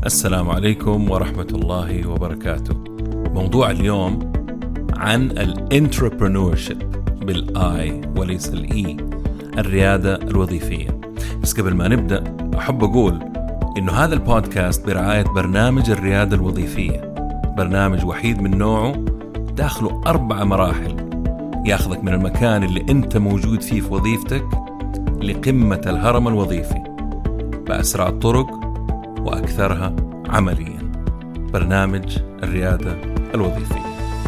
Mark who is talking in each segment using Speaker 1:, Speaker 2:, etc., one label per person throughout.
Speaker 1: السلام عليكم ورحمة الله وبركاته. موضوع اليوم عن الانتربرنورشيب بالآي وليس الإي، الريادة الوظيفية. بس قبل ما نبدأ أحب أقول إنه هذا البودكاست برعاية برنامج الريادة الوظيفية، برنامج وحيد من نوعه داخله 4 مراحل ياخذك من المكان اللي أنت موجود فيه في وظيفتك لقمة الهرم الوظيفي بأسرع الطرق وأكثرها عمليا. برنامج الريادة الوظيفية.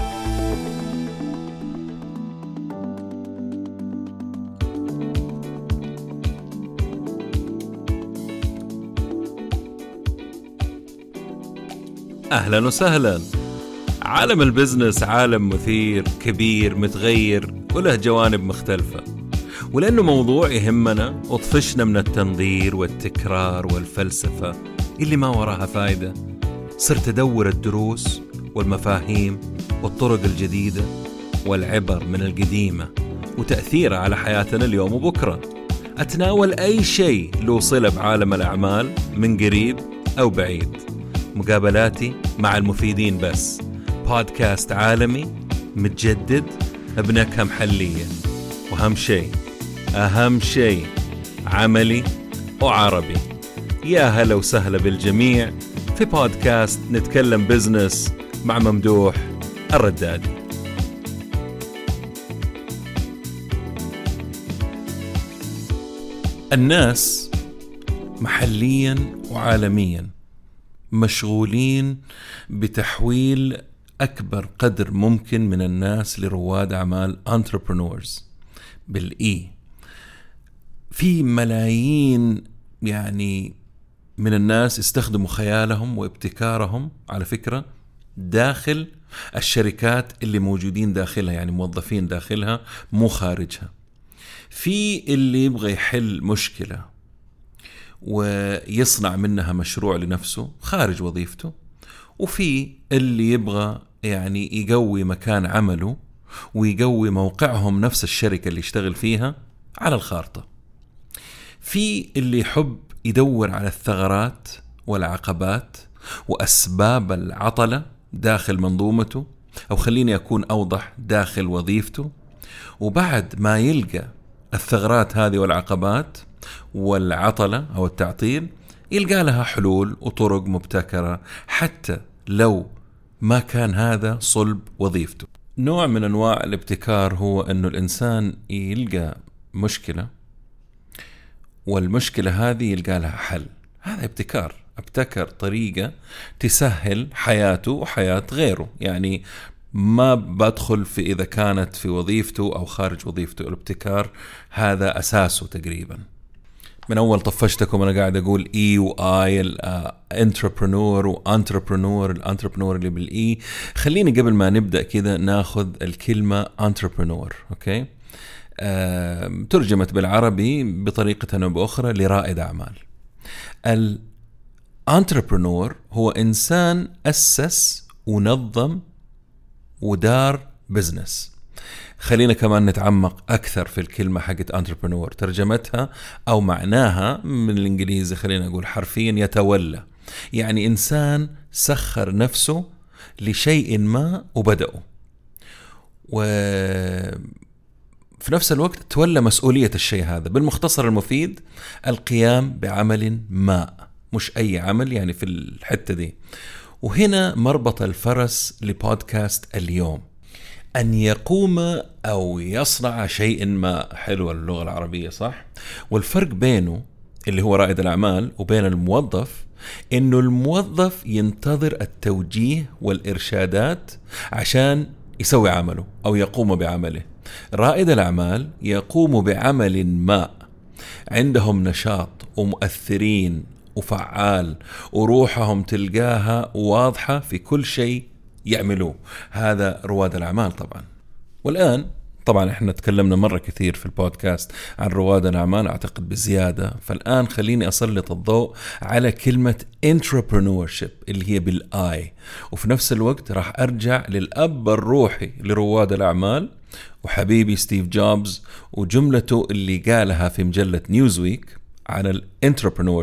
Speaker 1: أهلا وسهلا. عالم البزنس عالم مثير كبير متغير وله جوانب مختلفة، ولأنه موضوع يهمنا وطفشنا من التنظير والتكرار والفلسفة اللي ما وراها فايدة، صرت أدور الدروس والمفاهيم والطرق الجديدة والعبر من القديمة وتأثيرها على حياتنا اليوم وبكرة. أتناول أي شيء له صلة بعالم الأعمال من قريب أو بعيد. مقابلاتي مع المفيدين بس. بودكاست عالمي متجدد بنكهة محلية، أهم شيء عملي وعربي. يا هلا وسهلا بالجميع في بودكاست نتكلم بزنس مع ممدوح الردادي. الناس محليا وعالميا مشغولين بتحويل أكبر قدر ممكن من الناس لرواد أعمال entrepreneurs بالإي. في ملايين من الناس استخدموا خيالهم وابتكارهم على فكرة داخل الشركات اللي موجودين داخلها، موظفين داخلها مو خارجها. في اللي يبغى يحل مشكلة ويصنع منها مشروع لنفسه خارج وظيفته، وفي اللي يبغى يقوي مكان عمله ويقوي موقعهم نفس الشركة اللي يشتغل فيها على الخارطة. في اللي يحب يدور على الثغرات والعقبات وأسباب العطلة داخل منظومته، أو خليني أكون أوضح، داخل وظيفته. وبعد ما يلقى الثغرات هذه والعقبات والعطلة أو التعطيل يلقى لها حلول وطرق مبتكرة حتى لو ما كان هذا صلب وظيفته. نوع من أنواع الابتكار هو أنه الإنسان يلقى مشكلة والمشكلة هذه يلقى لها حل. هذا ابتكار، ابتكر طريقة تسهل حياته وحياة غيره. ما بدخل في إذا كانت في وظيفته أو خارج وظيفته. الابتكار هذا أساسه تقريبا. من أول طفشتكم أنا قاعد أقول إي وآي، الانتربرنور وانتربرنور، الانتربرنور اللي بالإي. خليني قبل ما نبدأ كذا ناخذ الكلمة انتربرنور. أوكي، ترجمت بالعربي بطريقة أو بأخرى لرائد أعمال. الانتربرنور هو إنسان أسس ونظم ودار بزنس. خلينا كمان نتعمق أكثر في الكلمة حقت انتربرنور. ترجمتها أو معناها من الإنجليزي خلينا نقول حرفيا يتولى، إنسان سخر نفسه لشيء ما وبدأه، وفي نفس الوقت تولى مسؤولية الشيء هذا. بالمختصر المفيد القيام بعمل ما، مش أي عمل في الحتة دي. وهنا مربط الفرس لبودكاست اليوم، أن يقوم أو يصنع شيء ما. حلوة اللغة العربية صح؟ والفرق بينه اللي هو رائد الأعمال وبين الموظف إنه الموظف ينتظر التوجيه والإرشادات عشان يسوي عمله أو يقوم بعمله. رائد الأعمال يقوم بعمل ما، عندهم نشاط ومؤثرين وفعال وروحهم تلقاها واضحة في كل شيء يعملوه. هذا رواد الأعمال طبعا. والآن طبعا احنا تكلمنا مرة كثير في البودكاست عن رواد الأعمال أعتقد بزيادة، فالآن خليني أسلط الضوء على كلمة entrepreneurship اللي هي بالآي. وفي نفس الوقت راح أرجع للأب الروحي لرواد الأعمال وحبيبي ستيف جوبز وجملته اللي قالها في مجلة نيوزويك عن الانتربرنورشيب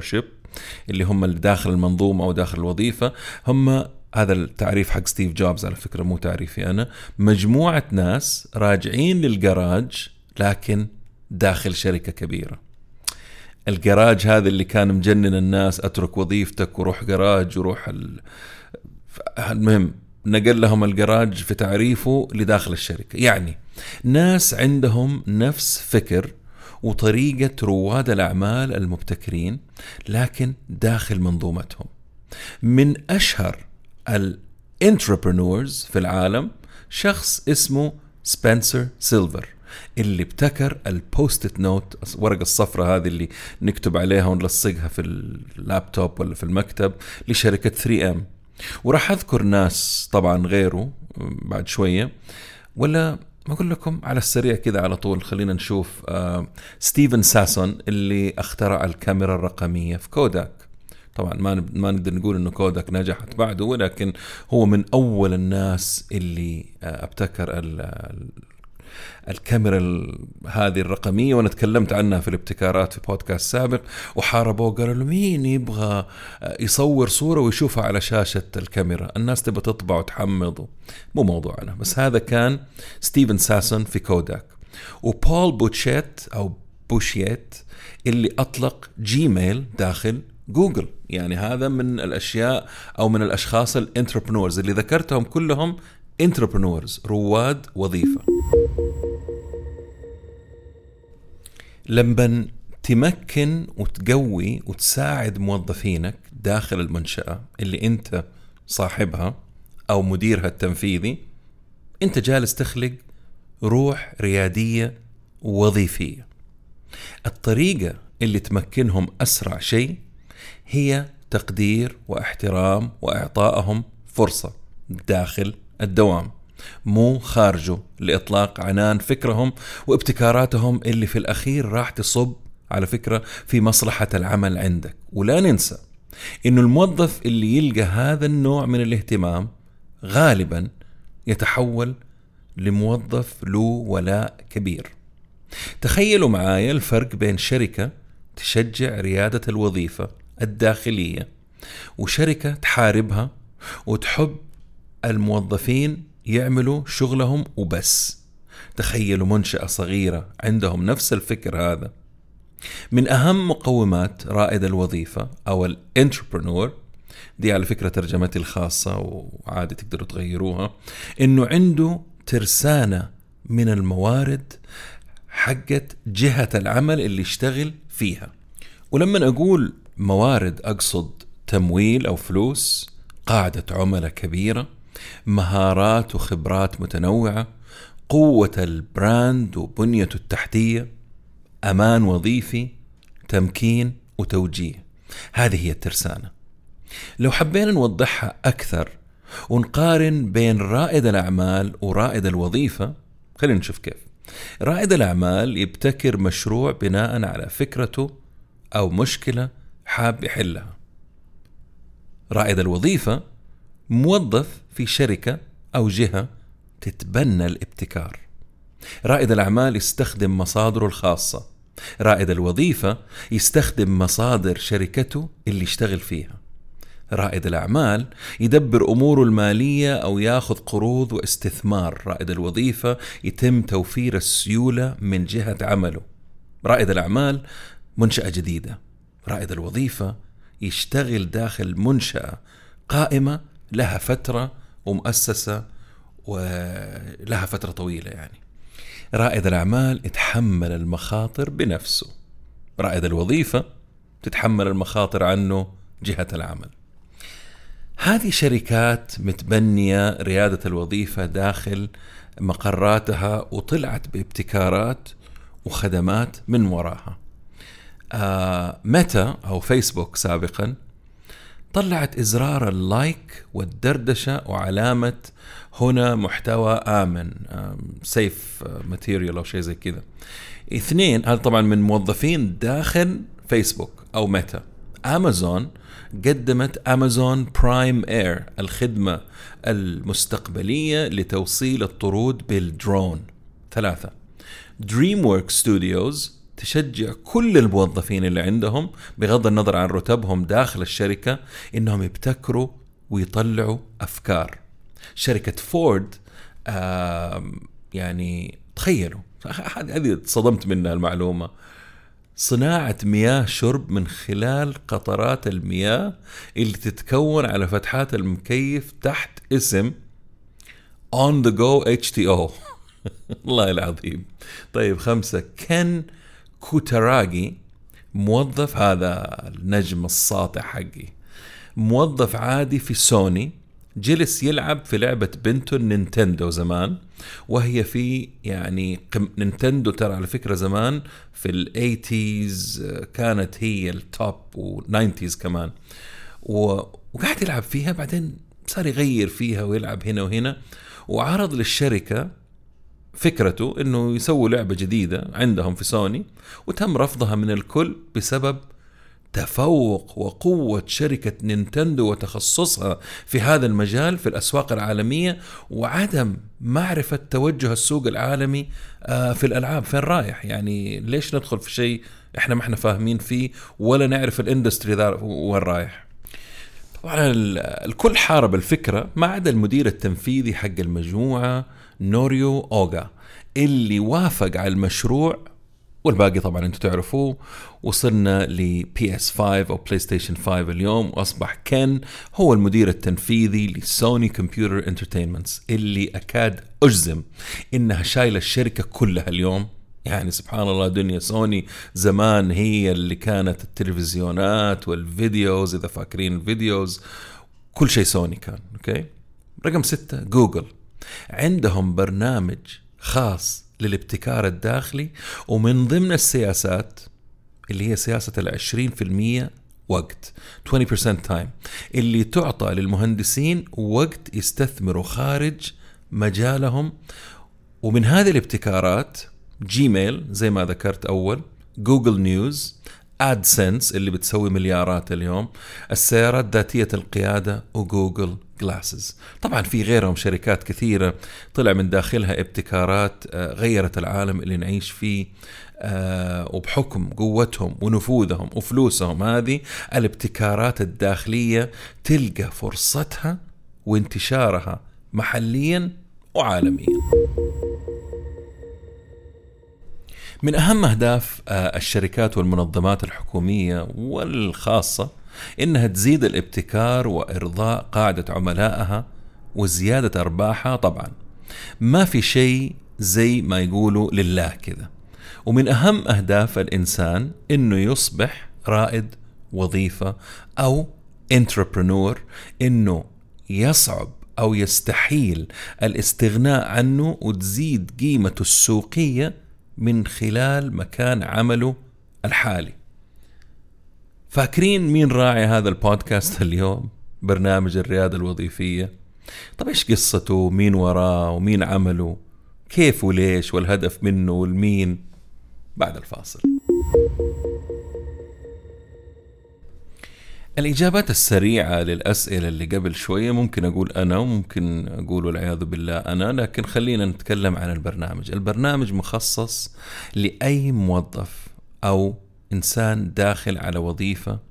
Speaker 1: اللي هم اللي داخل المنظومة أو داخل الوظيفة، هم هذا التعريف حق ستيف جوبز على فكرة، مو تعريفي أنا، مجموعة ناس راجعين للجراج لكن داخل شركة كبيرة. الجراج هذا اللي كان مجنن الناس، أترك وظيفتك وروح جراج وروح المهم نقل لهم الجراج في تعريفه لداخل الشركة. يعني ناس عندهم نفس فكر وطريقة رواد الأعمال المبتكرين لكن داخل منظومتهم. من أشهر الانتربرنورز في العالم شخص اسمه سبنسر سيلفر، اللي ابتكر البوستت نوت، ورقة الصفرة هذه اللي نكتب عليها ونلصقها في اللابتوب ولا في المكتب، لشركة 3M. وراح أذكر ناس طبعا غيره بعد شوية، ولا أقول لكم على السريع كذا على طول. خلينا نشوف ستيفن ساسون اللي اخترع الكاميرا الرقمية في كوداك. طبعا ما نقدر نقول انه كوداك نجحت بعده، ولكن هو من اول الناس اللي ابتكر الكاميرا هذه الرقمية، وانا تكلمت عنها في الابتكارات في بودكاست سابق. وحاربوه قالوا له مين يبغى يصور صورة ويشوفها على شاشة الكاميرا، الناس تبغى تطبع وتحمض، مو موضوعنا. بس هذا كان ستيفن ساسون في كوداك. وبول بوشيت اللي أطلق جيميل داخل جوجل. يعني هذا من الأشياء أو من الأشخاص الانتربرنورز اللي ذكرتهم كلهم انتربرنورز، رواد وظيفة. لما تمكن وتقوي وتساعد موظفينك داخل المنشأة اللي انت صاحبها أو مديرها التنفيذي، انت جالس تخلق روح ريادية وظيفية. الطريقة اللي تمكنهم أسرع شيء هي تقدير واحترام وإعطائهم فرصة داخل الدوام، مو خارجه، لإطلاق عنان فكرهم وابتكاراتهم اللي في الأخير راح تصب على فكرة في مصلحة العمل عندك. ولا ننسى إنه الموظف اللي يلقى هذا النوع من الاهتمام غالبا يتحول لموظف له ولاء كبير. تخيلوا معايا الفرق بين شركة تشجع ريادة الوظيفة الداخلية وشركة تحاربها وتحب الموظفين يعملوا شغلهم وبس. تخيلوا منشأة صغيرة عندهم نفس الفكر هذا. من أهم مقومات رائد الوظيفة أو الانتربرنور، دي على فكرة ترجمتي الخاصة وعادي تقدروا تغيروها، إنه عنده ترسانة من الموارد حقت جهة العمل اللي يشتغل فيها. ولما أقول موارد أقصد تمويل أو فلوس، قاعدة عملاء كبيرة، مهارات وخبرات متنوعة، قوة البراند وبنيته التحتية، أمان وظيفي، تمكين وتوجيه. هذه هي الترسانة. لو حبينا نوضحها أكثر ونقارن بين رائد الأعمال ورائد الوظيفة، خلينا نشوف كيف. رائد الأعمال يبتكر مشروع بناء على فكرته أو مشكلة حاب يحلها. رائد الوظيفة موظف في شركة أو جهة تتبنى الابتكار. رائد الأعمال يستخدم مصادره الخاصة، رائد الوظيفة يستخدم مصادر شركته اللي يشتغل فيها. رائد الأعمال يدبر أموره المالية أو ياخذ قروض واستثمار، رائد الوظيفة يتم توفير السيولة من جهة عمله. رائد الأعمال منشأة جديدة، رائد الوظيفة يشتغل داخل منشأة قائمة لها فترة ومؤسسة ولها فترة طويلة. يعني رائد الأعمال يتحمل المخاطر بنفسه، رائد الوظيفة تتحمل المخاطر عنه جهة العمل. هذه شركات متبنية ريادة الوظيفة داخل مقراتها وطلعت بابتكارات وخدمات من وراها. ميتا أو فيسبوك سابقا طلعت إزرار اللايك والدردشة وعلامة هنا محتوى آمن، سيف ماتيريال أو شيء زي كذا. اثنين، هذا طبعا من موظفين داخل فيسبوك أو ميتا. أمازون قدمت أمازون برايم إير، الخدمة المستقبلية لتوصيل الطرود بالدرون. ثلاثة، دريم وورك ستوديوز تشجع كل الموظفين اللي عندهم بغض النظر عن رتبهم داخل الشركة إنهم يبتكروا ويطلعوا أفكار. شركة فورد يعني تخيلوا، هذه صدمت منها المعلومة، صناعة مياه شرب من خلال قطرات المياه اللي تتكون على فتحات المكيف تحت اسم On the Go H2O. الله العظيم. طيب 5، كن كوتاراغي، موظف، هذا النجم الساطع حقي، موظف عادي في سوني، جلس يلعب في لعبة بنته نينتندو زمان، وهي في يعني نينتندو ترى على فكرة زمان في الأيتيز كانت هي التوب، و90s كمان، وقاعد يلعب فيها. بعدين صار يغير فيها ويلعب هنا وهنا، وعرض للشركة فكرته انه يسووا لعبة جديدة عندهم في سوني، وتم رفضها من الكل بسبب تفوق وقوة شركة نينتندو وتخصصها في هذا المجال في الأسواق العالمية، وعدم معرفة توجه السوق العالمي في الألعاب فين رايح. يعني ليش ندخل في شيء احنا ما احنا فاهمين فيه ولا نعرف الاندستري ذا وين رايح؟ طبعا الكل حارب الفكرة ما عدا المدير التنفيذي حق المجموعة نوريو أوغا اللي وافق على المشروع، والباقي طبعا انتم تعرفوه. وصلنا ل PS5 او بلاي ستيشن 5 اليوم، واصبح كين هو المدير التنفيذي لسوني كمبيوتر انترتينمنتس، اللي اكاد اجزم انها شايله الشركه كلها اليوم. يعني سبحان الله، دنيا سوني زمان هي اللي كانت التلفزيونات والفيديوز، اذا فاكرين الفيديوز كل شيء سوني كان. اوكي. رقم 6، جوجل، عندهم برنامج خاص للابتكار الداخلي، ومن ضمن السياسات اللي هي سياسة 20% وقت 20% time اللي تعطى للمهندسين وقت يستثمروا خارج مجالهم. ومن هذه الابتكارات جيميل زي ما ذكرت أول، جوجل نيوز، AdSense اللي بتسوي مليارات اليوم، السيارات ذاتية القيادة، وجوجل جلاسز. طبعا في غيرهم شركات كثيرة طلع من داخلها ابتكارات غيرت العالم اللي نعيش فيه، وبحكم قوتهم ونفوذهم وفلوسهم هذه الابتكارات الداخلية تلقى فرصتها وانتشارها محليا وعالميا. من أهم أهداف الشركات والمنظمات الحكومية والخاصة إنها تزيد الابتكار وإرضاء قاعدة عملائها وزيادة أرباحها. طبعا ما في شيء زي ما يقولوا لله كذا. ومن أهم أهداف الإنسان إنه يصبح رائد وظيفة أو entrepreneur، إنه يصعب أو يستحيل الاستغناء عنه، وتزيد قيمته السوقية من خلال مكان عمله الحالي. فاكرين مين راعي هذا البودكاست اليوم؟ برنامج الريادة الوظيفية. طب إيش قصته؟ مين وراه؟ ومين عمله؟ كيف وليش؟ والهدف منه والمين؟ بعد الفاصل. الإجابات السريعة للأسئلة اللي قبل شوية ممكن أقول أنا، وممكن أقول والعياذ بالله أنا، لكن خلينا نتكلم عن البرنامج. البرنامج مخصص لأي موظف أو إنسان داخل على وظيفة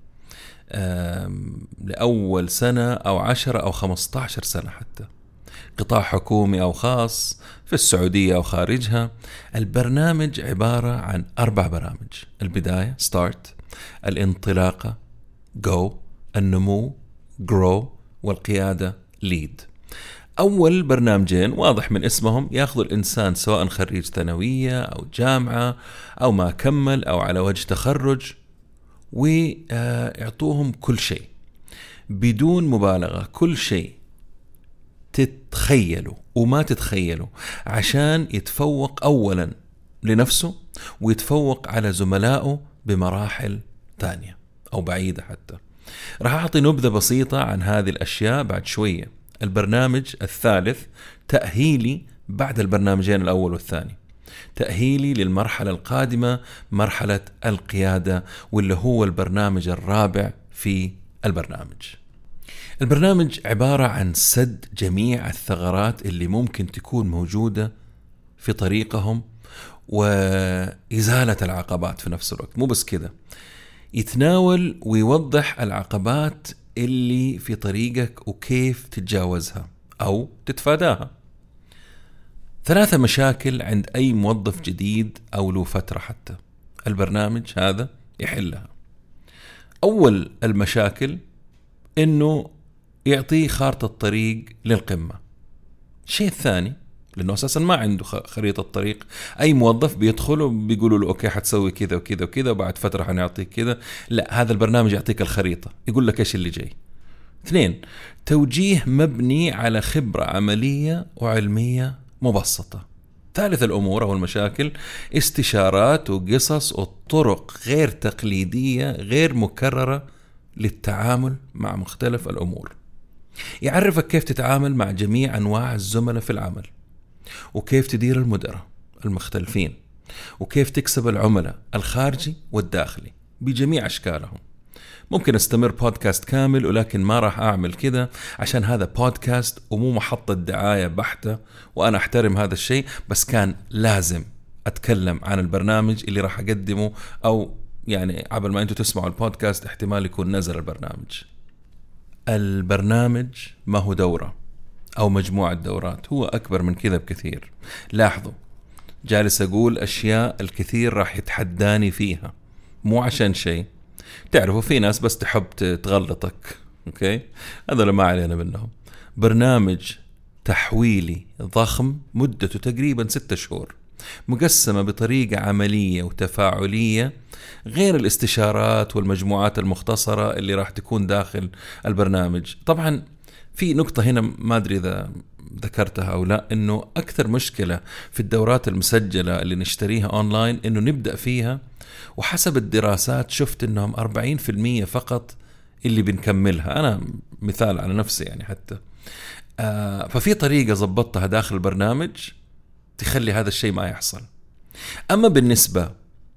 Speaker 1: لأول سنة أو 10 أو 15 سنة، حتى قطاع حكومي أو خاص في السعودية أو خارجها. البرنامج عبارة عن 4 برامج: البداية start، الانطلاقة go، النمو grow، والقيادة lead. أول برنامجين واضح من اسمهم، يأخذ الإنسان سواء خريج ثانوية أو جامعة أو ما كمل أو على وجه تخرج، ويعطوهم كل شيء بدون مبالغة، كل شيء تتخيلوا وما تتخيلوا، عشان يتفوق أولا لنفسه ويتفوق على زملائه بمراحل ثانية أو بعيدة حتى. راح أعطي نبذة بسيطة عن هذه الأشياء بعد شوية. البرنامج الثالث تأهيلي بعد البرنامجين الأول والثاني، تأهيلي للمرحلة القادمة، مرحلة القيادة، واللي هو البرنامج الرابع في البرنامج. البرنامج عبارة عن سد جميع الثغرات اللي ممكن تكون موجودة في طريقهم، وإزالة العقبات في نفس الوقت. مو بس كده، يتناول ويوضح العقبات اللي في طريقك وكيف تتجاوزها أو تتفاداها. 3 مشاكل عند أي موظف جديد أو له فترة حتى البرنامج هذا يحلها. أول المشاكل إنه يعطيه خارطة الطريق للقمة. الشيء الثاني، لأنه أساسا ما عنده خريطة طريق. أي موظف بيدخل وبيقولوا له أوكي حتسوي كذا وكذا وكذا وبعد فترة حنعطيك كذا. لا، هذا البرنامج يعطيك الخريطة، يقول لك إيش اللي جاي. 2، توجيه مبني على خبرة عملية وعلمية مبسطة. 3 الأمور أو المشاكل، استشارات وقصص وطرق غير تقليدية غير مكررة للتعامل مع مختلف الأمور. يعرفك كيف تتعامل مع جميع أنواع الزملاء في العمل، وكيف تدير المدراء المختلفين، وكيف تكسب العملاء الخارجي والداخلي بجميع أشكالهم. ممكن استمر بودكاست كامل، ولكن ما راح أعمل كده عشان هذا بودكاست ومو محطة دعاية بحتة، وأنا أحترم هذا الشيء، بس كان لازم أتكلم عن البرنامج اللي راح أقدمه، أو يعني قبل ما أنتوا تسمعوا البودكاست احتمال يكون نزل البرنامج. البرنامج ما هو دورة أو مجموعة دورات، هو أكبر من كذا بكثير. لاحظوا، جالس أقول أشياء الكثير راح يتحداني فيها، مو عشان شيء. تعرفوا في ناس بس تحب تغلطك، أوكي؟ هذا ما علينا منهم. برنامج تحويلي ضخم مدته تقريبا 6 شهور، مقسمة بطريقة عملية وتفاعلية، غير الاستشارات والمجموعات المختصرة اللي راح تكون داخل البرنامج. طبعا في نقطة هنا ما أدري إذا ذكرتها أو لا، إنه أكثر مشكلة في الدورات المسجلة اللي نشتريها أونلاين إنه نبدأ فيها، وحسب الدراسات شفت إنهم 40% فقط اللي بنكملها. أنا مثال على نفسي يعني حتى ففي طريقة زبطتها داخل البرنامج تخلي هذا الشيء ما يحصل. أما بالنسبة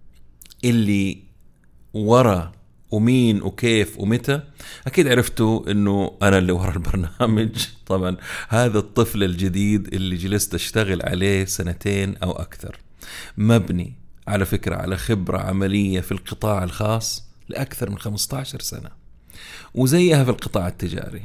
Speaker 1: اللي ورا ومين وكيف ومتى، أكيد عرفتوا أنه أنا اللي ورا البرنامج. طبعا هذا الطفل الجديد اللي جلست أشتغل عليه 2 أو أكثر، مبني على فكرة على خبرة عملية في القطاع الخاص لأكثر من 15 سنة، وزيها في القطاع التجاري.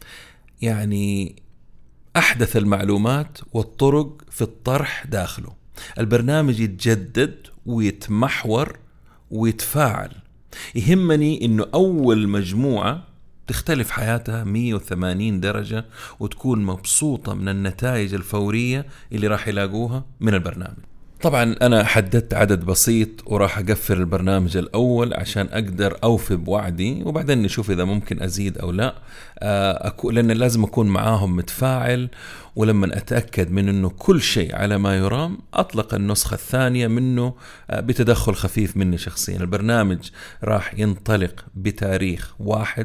Speaker 1: يعني أحدث المعلومات والطرق في الطرح داخله. البرنامج يتجدد ويتمحور ويتفاعل. يهمني إنه أول مجموعة تختلف حياتها 180 درجة وتكون مبسوطة من النتائج الفورية اللي راح يلاقوها من البرنامج. طبعا أنا حددت عدد بسيط وراح أقفل البرنامج الأول عشان أقدر أوفي بوعدي، وبعدين نشوف إذا ممكن أزيد أو لا. لأن لازم أكون معاهم متفاعل، ولما أتأكد من أنه كل شيء على ما يرام أطلق النسخة الثانية منه بتدخل خفيف مني شخصيا. البرنامج راح ينطلق بتاريخ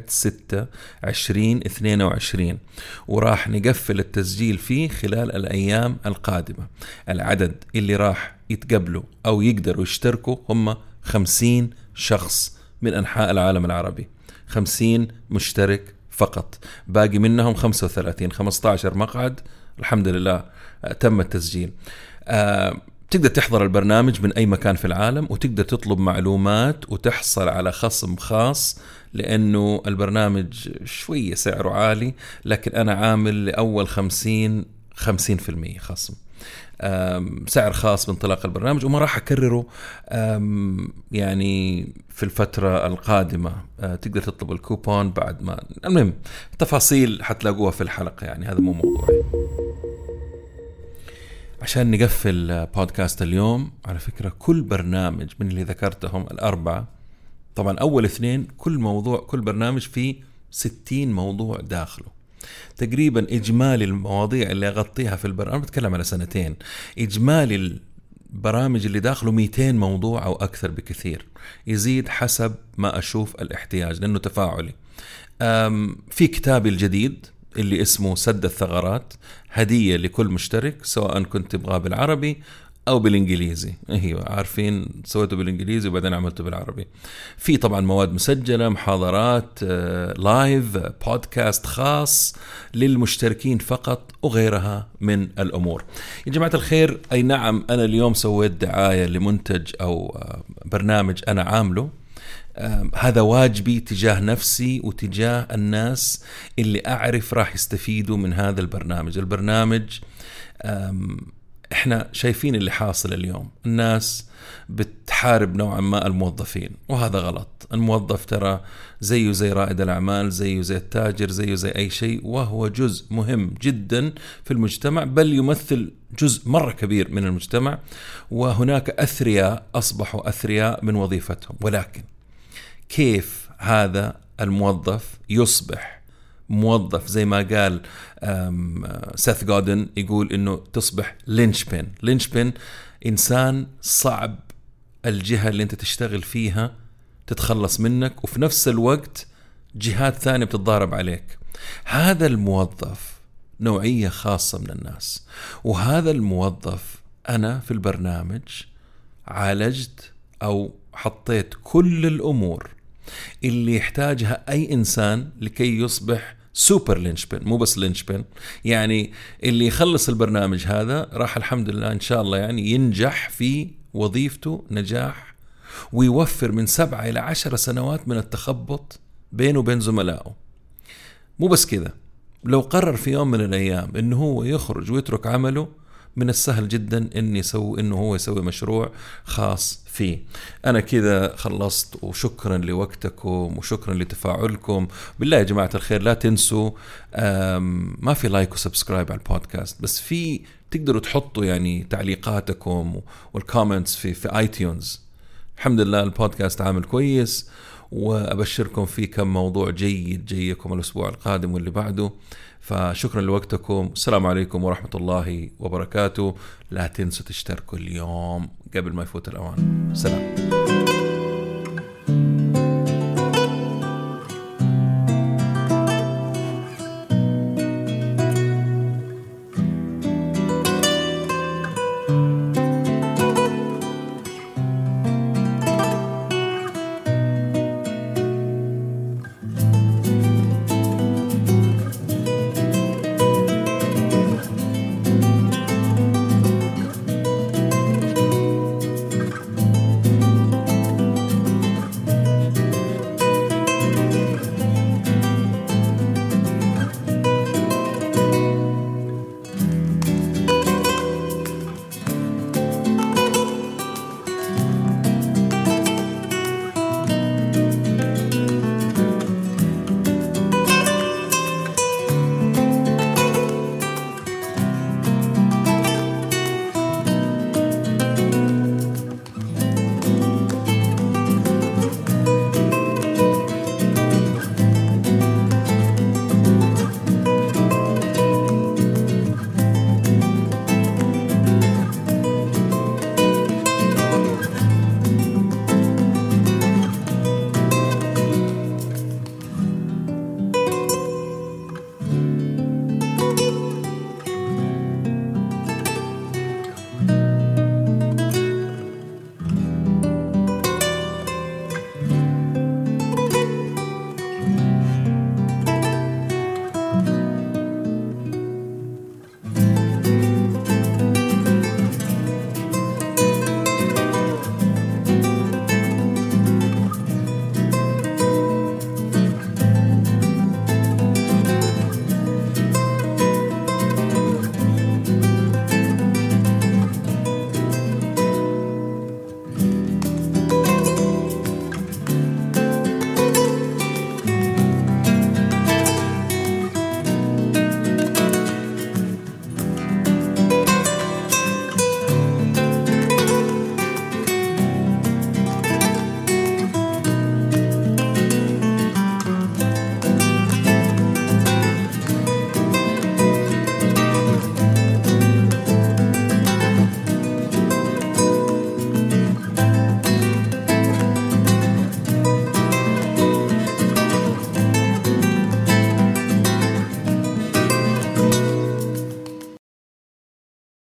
Speaker 1: 1/6/2022، وراح نقفل التسجيل فيه خلال الأيام القادمة. العدد اللي راح يتقبلوا أو يقدروا يشتركوا هم 50 شخص من أنحاء العالم العربي. 50 مشترك فقط، باقي منهم 35 15 مقعد. الحمد لله تم التسجيل. تقدر تحضر البرنامج من أي مكان في العالم، وتقدر تطلب معلومات وتحصل على خصم خاص، لأنه البرنامج شوية سعره عالي، لكن أنا عامل لأول 50% خصم. سعر خاص بانطلاق البرنامج، وما راح أكرره يعني في الفترة القادمة. تقدر تطلب الكوبون بعد ما، المهم تفاصيل حتلاقوها في الحلقة، يعني هذا مو موضوعي. عشان نقفل بودكاست اليوم، على فكرة كل برنامج من اللي ذكرتهم 4، طبعا أول 2 كل برنامج فيه 60 موضوع داخله تقريبا. إجمالي المواضيع اللي أغطيها في البرنامج، بتكلم على 2 إجمالي البرامج اللي داخله 200 موضوع أو أكثر بكثير، يزيد حسب ما أشوف الاحتياج لأنه تفاعلي. في كتابي الجديد اللي اسمه سد الثغرات، هدية لكل مشترك، سواء كنت تبغاه بالعربي أو بالإنجليزي. أيوة عارفين، سويته بالإنجليزي وبعدين عملته بالعربي. في طبعا مواد مسجلة، محاضرات، لايف، بودكاست خاص للمشتركين فقط، وغيرها من الأمور. يا جماعة الخير، أي نعم أنا اليوم سويت دعاية لمنتج أو برنامج أنا عامله. هذا واجبي تجاه نفسي وتجاه الناس اللي أعرف راح يستفيدوا من هذا البرنامج. البرنامج احنا شايفين اللي حاصل اليوم، الناس بتحارب نوعا ما الموظفين، وهذا غلط. الموظف ترى زيه زي رائد الأعمال، زيه زي التاجر، زيه زي أي شيء، وهو جزء مهم جدا في المجتمع، بل يمثل جزء مرة كبير من المجتمع. وهناك أثرياء أصبحوا أثرياء من وظيفتهم، ولكن كيف هذا الموظف يصبح موظف زي ما قال سيث جودن، يقول إنه تصبح لينشبين، إنسان صعب الجهة اللي أنت تشتغل فيها تتخلص منك، وفي نفس الوقت جهات ثانية بتتضارب عليك. هذا الموظف نوعية خاصة من الناس، وهذا الموظف أنا في البرنامج عالجت أو حطيت كل الأمور اللي يحتاجها أي إنسان لكي يصبح سوبر لينشبين، مو بس لينشبين. يعني اللي يخلص البرنامج هذا راح الحمد لله إن شاء الله يعني ينجح في وظيفته نجاح، ويوفر من 7 إلى 10 سنوات من التخبط بينه وبين زملائه. مو بس كذا، لو قرر في يوم من الأيام إنه هو يخرج ويترك عمله، من السهل جدا إنه هو يسوي مشروع خاص فيه. أنا كذا خلصت، وشكرا لوقتكم وشكرا لتفاعلكم. بالله يا جماعة الخير لا تنسوا، ما في لايك وسبسكرايب على البودكاست، بس في تقدروا تحطوا يعني تعليقاتكم والكومنتس في آي تيونز. الحمد لله البودكاست عامل كويس، وأبشركم في كم موضوع جيد جايكم الأسبوع القادم واللي بعده. فشكرا لوقتكم، السلام عليكم ورحمة الله وبركاته. لا تنسوا تشتركوا اليوم قبل ما يفوت الأوان. سلام.